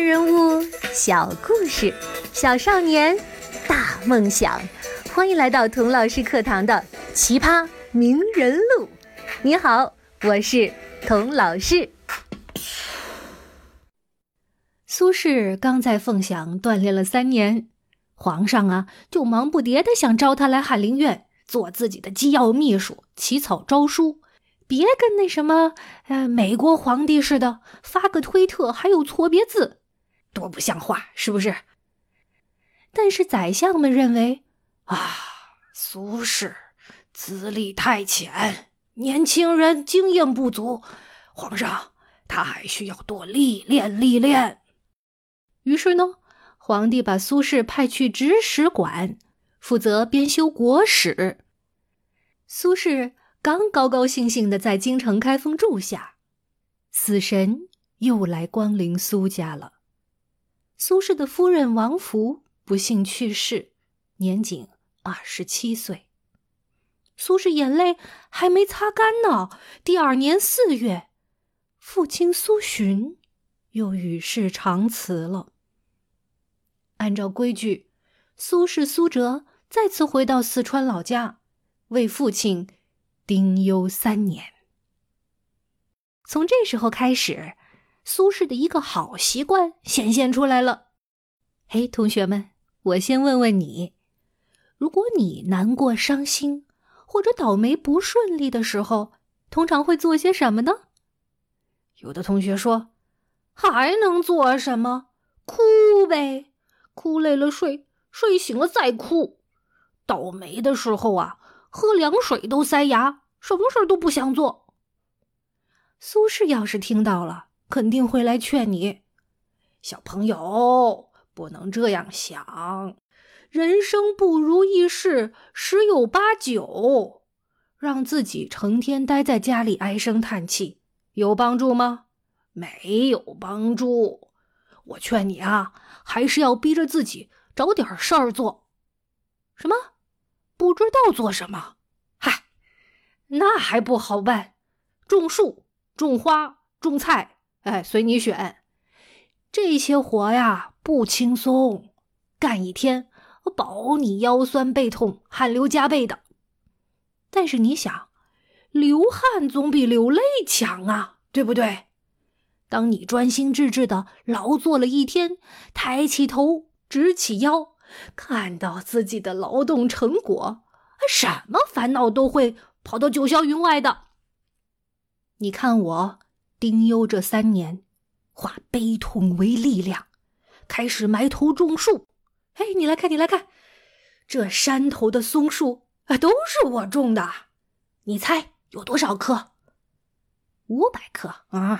人物，小故事，小少年，大梦想。欢迎来到童老师课堂的奇葩名人录。你好，我是童老师。苏轼刚在凤翔锻炼了3年，皇上就忙不迭地想招他来翰林院做自己的机要秘书，起草诏书，别跟那什么美国皇帝似的，发个推特还有错别字，多不像话，是不是？但是宰相们认为苏轼资历太浅，年轻人经验不足，皇上他还需要多历练。于是呢，皇帝把苏轼派去直使馆，负责编修国史。苏轼刚高高兴兴地在京城开封住下，死神又来光临苏家了。苏轼的夫人王弗不幸去世，年仅27岁。苏轼眼泪还没擦干呢，第2年4月，父亲苏洵又与世长辞了。按照规矩，苏轼、苏辙再次回到四川老家，为父亲丁忧3年。从这时候开始，苏轼的一个好习惯显现出来了。同学们，我先问问你，如果你难过、伤心或者倒霉不顺利的时候，通常会做些什么呢？有的同学说，还能做什么？哭呗，哭累了睡醒了再哭。倒霉的时候喝凉水都塞牙，什么事都不想做。苏轼要是听到了，肯定会来劝你，小朋友，不能这样想，人生不如意事十有八九，让自己成天待在家里唉声叹气，有帮助吗？没有帮助。我劝你还是要逼着自己找点事儿做。什么？不知道做什么？那还不好办，种树、种花、种菜，随你选。这些活不轻松，干一天保你腰酸背痛，汗流浃背的。但是你想，流汗总比流泪强对不对？当你专心致志的劳作了一天，抬起头，直起腰，看到自己的劳动成果，什么烦恼都会跑到九霄云外的。你看我丁忧这3年，化悲痛为力量，开始埋头种树。你来看，这山头的松树都是我种的。你猜有多少棵？500棵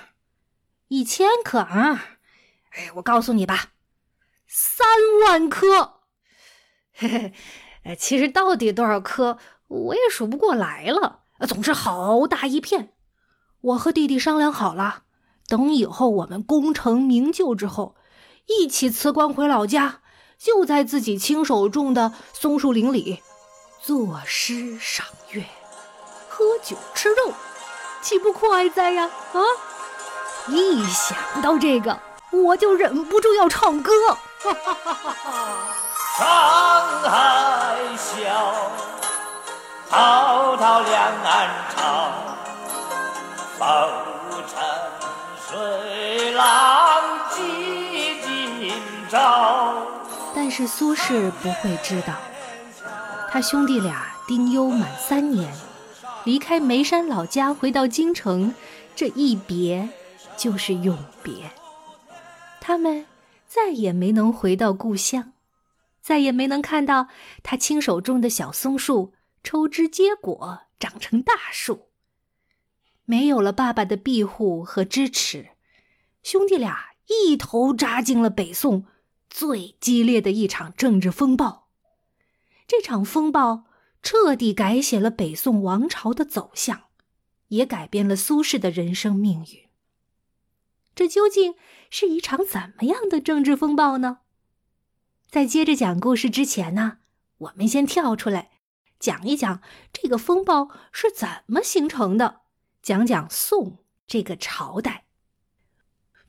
1000棵我告诉你吧，3万棵。其实到底多少棵我也数不过来了，总之好大一片。我和弟弟商量好了，等以后我们功成名就之后，一起辞官回老家，就在自己亲手种的松树林里作诗赏月，喝酒吃肉，岂不快哉呀？一想到这个，我就忍不住要唱歌。 沧海笑，滔滔两岸潮，浮沉水浪几今朝。 但是苏轼不会知道，他兄弟俩丁忧满3年，离开眉山老家回到京城，这一别就是永别。他们再也没能回到故乡，再也没能看到他亲手种的小松树抽枝结果，长成大树。没有了爸爸的庇护和支持，兄弟俩一头扎进了北宋最激烈的一场政治风暴。这场风暴彻底改写了北宋王朝的走向，也改变了苏轼的人生命运。这究竟是一场怎么样的政治风暴呢？在接着讲故事之前呢，我们先跳出来讲一讲这个风暴是怎么形成的，讲讲宋这个朝代。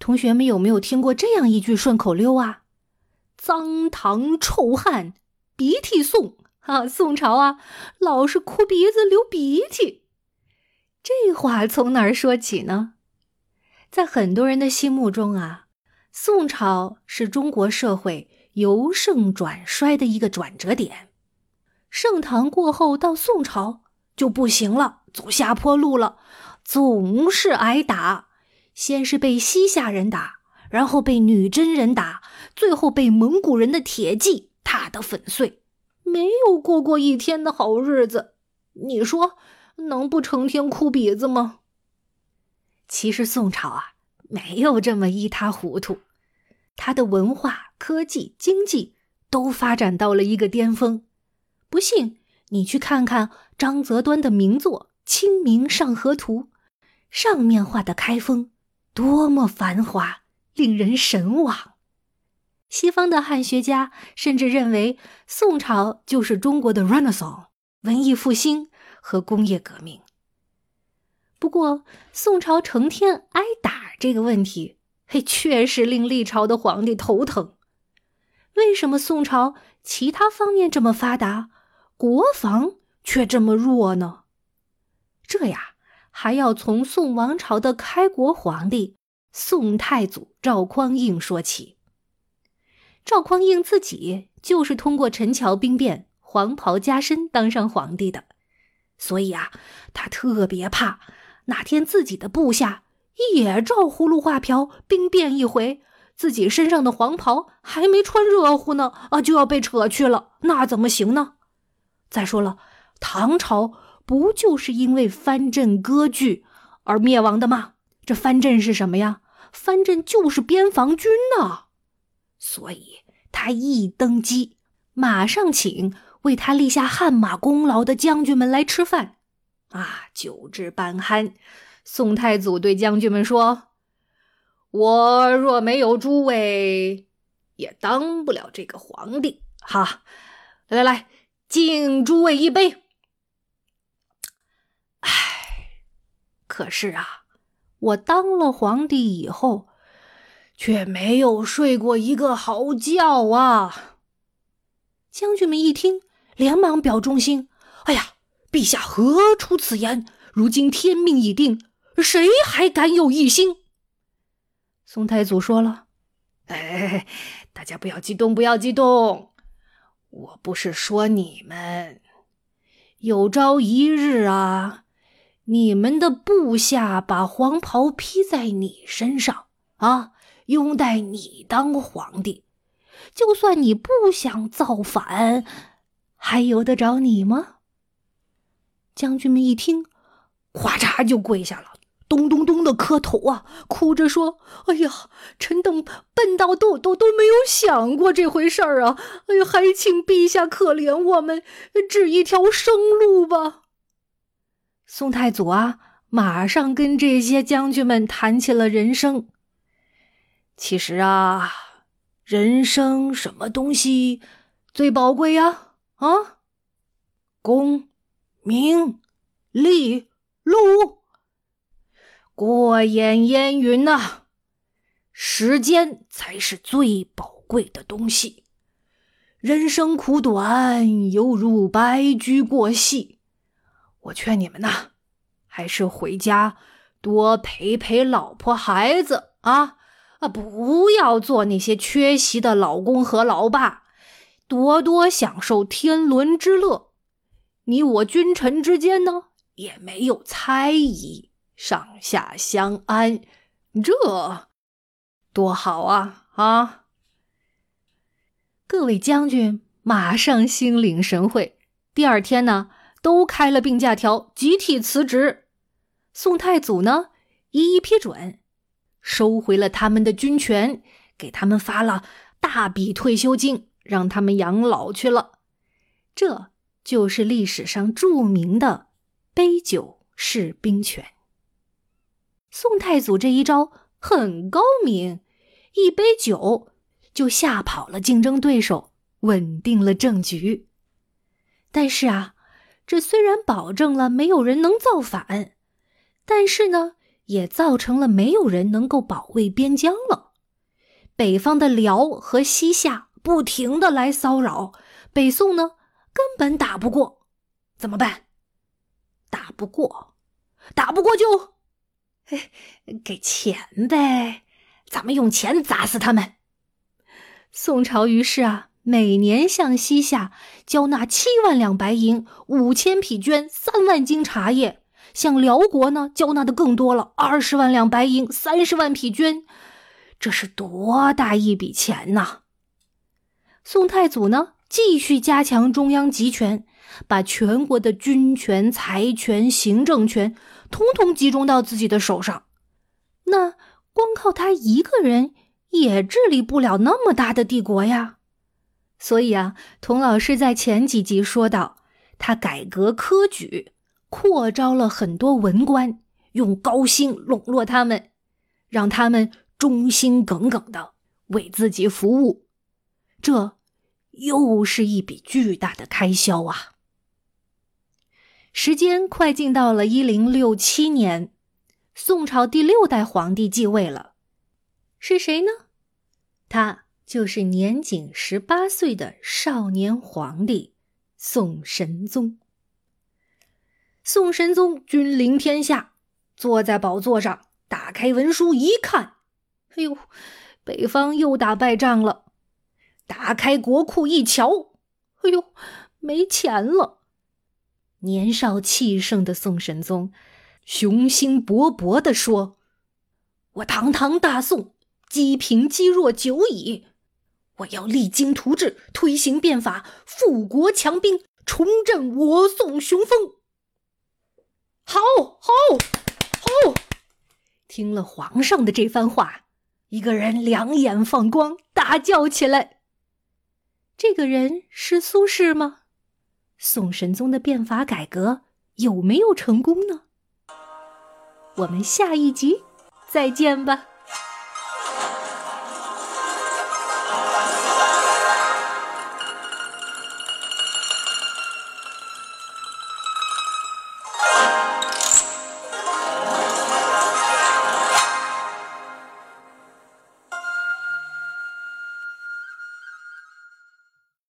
同学们有没有听过这样一句顺口溜啊？脏唐臭汉，鼻涕宋宋朝啊，老是哭鼻子流鼻涕。这话从哪儿说起呢？在很多人的心目中啊，宋朝是中国社会由盛转衰的一个转折点。盛唐过后到宋朝就不行了，走下坡路了，总是挨打。先是被西夏人打，然后被女真人打，最后被蒙古人的铁骑踏得粉碎，没有过过一天的好日子。你说能不成天哭鼻子吗？其实宋朝啊，没有这么一塌糊涂，它的文化、科技、经济都发展到了一个巅峰。不信你去看看张择端的名作《清明上河图》，上面画的开封多么繁华，令人神往。西方的汉学家甚至认为宋朝就是中国的 Renaissance 文艺复兴和工业革命。不过宋朝成天挨打这个问题确实令历朝的皇帝头疼。为什么宋朝其他方面这么发达，国防却这么弱呢？这呀，还要从宋王朝的开国皇帝宋太祖赵匡胤说起。赵匡胤自己就是通过陈桥兵变黄袍加身当上皇帝的，所以啊，他特别怕哪天自己的部下也照葫芦画瓢兵变一回，自己身上的黄袍还没穿热乎呢就要被扯去了，那怎么行呢？再说了，唐朝不就是因为藩镇割据而灭亡的吗？这藩镇是什么呀？藩镇就是边防军呢。所以他一登基，马上请为他立下汗马功劳的将军们来吃饭酒至半酣，宋太祖对将军们说，我若没有诸位，也当不了这个皇帝来，敬诸位一杯。可是啊，我当了皇帝以后，却没有睡过一个好觉啊。将军们一听，连忙表忠心，陛下何出此言？如今天命已定，谁还敢有异心？宋太祖说了，大家不要激动，不要激动，我不是说你们，有朝一日啊，你们的部下把黄袍披在你身上拥戴你当皇帝，就算你不想造反，还由得着你吗？将军们一听，咵嚓就跪下了，咚咚咚的磕头哭着说，臣等笨到都没有想过这回事儿还请陛下可怜我们，指一条生路吧。宋太祖马上跟这些将军们谈起了人生。其实人生什么东西最宝贵呀？功名利禄，过眼烟云时间才是最宝贵的东西。人生苦短，犹如白驹过隙。我劝你们还是回家多陪陪老婆孩子不要做那些缺席的老公和老爸，多多享受天伦之乐。你我君臣之间也没有猜疑，上下相安，这多好啊！各位将军马上心领神会，第二天都开了病假条，集体辞职。宋太祖一一批准，收回了他们的军权，给他们发了大笔退休金，让他们养老去了。这就是历史上著名的杯酒释兵权。宋太祖这一招很高明，一杯酒就吓跑了竞争对手，稳定了政局。但是这虽然保证了没有人能造反，但是也造成了没有人能够保卫边疆了。北方的辽和西夏不停地来骚扰，北宋呢根本打不过。怎么办？打不过就给钱呗，咱们用钱砸死他们。宋朝于是每年向西夏交纳7万两白银、5000匹绢、3万斤茶叶，向辽国呢交纳的更多了，20万两白银、30万匹绢，这是多大一笔钱呐！宋太祖呢继续加强中央集权，把全国的军权、财权、行政权统统集中到自己的手上。那光靠他一个人也治理不了那么大的帝国呀。所以童老师在前几集说到，他改革科举，扩招了很多文官，用高薪笼络他们，让他们忠心耿耿的为自己服务，这又是一笔巨大的开销啊。时间快进到了1067年，宋朝第6代皇帝继位了。是谁呢？他就是年仅18岁的少年皇帝宋神宗。宋神宗君临天下，坐在宝座上，打开文书一看，哎呦，北方又打败仗了。打开国库一瞧，哎呦，没钱了。年少气盛的宋神宗雄心勃勃地说，我堂堂大宋，积贫积弱久矣，我要励精图治，推行变法，富国强兵，重振我宋雄风。好！听了皇上的这番话，一个人两眼放光，大叫起来。这个人是苏轼吗？宋神宗的变法改革有没有成功呢？我们下一集再见吧。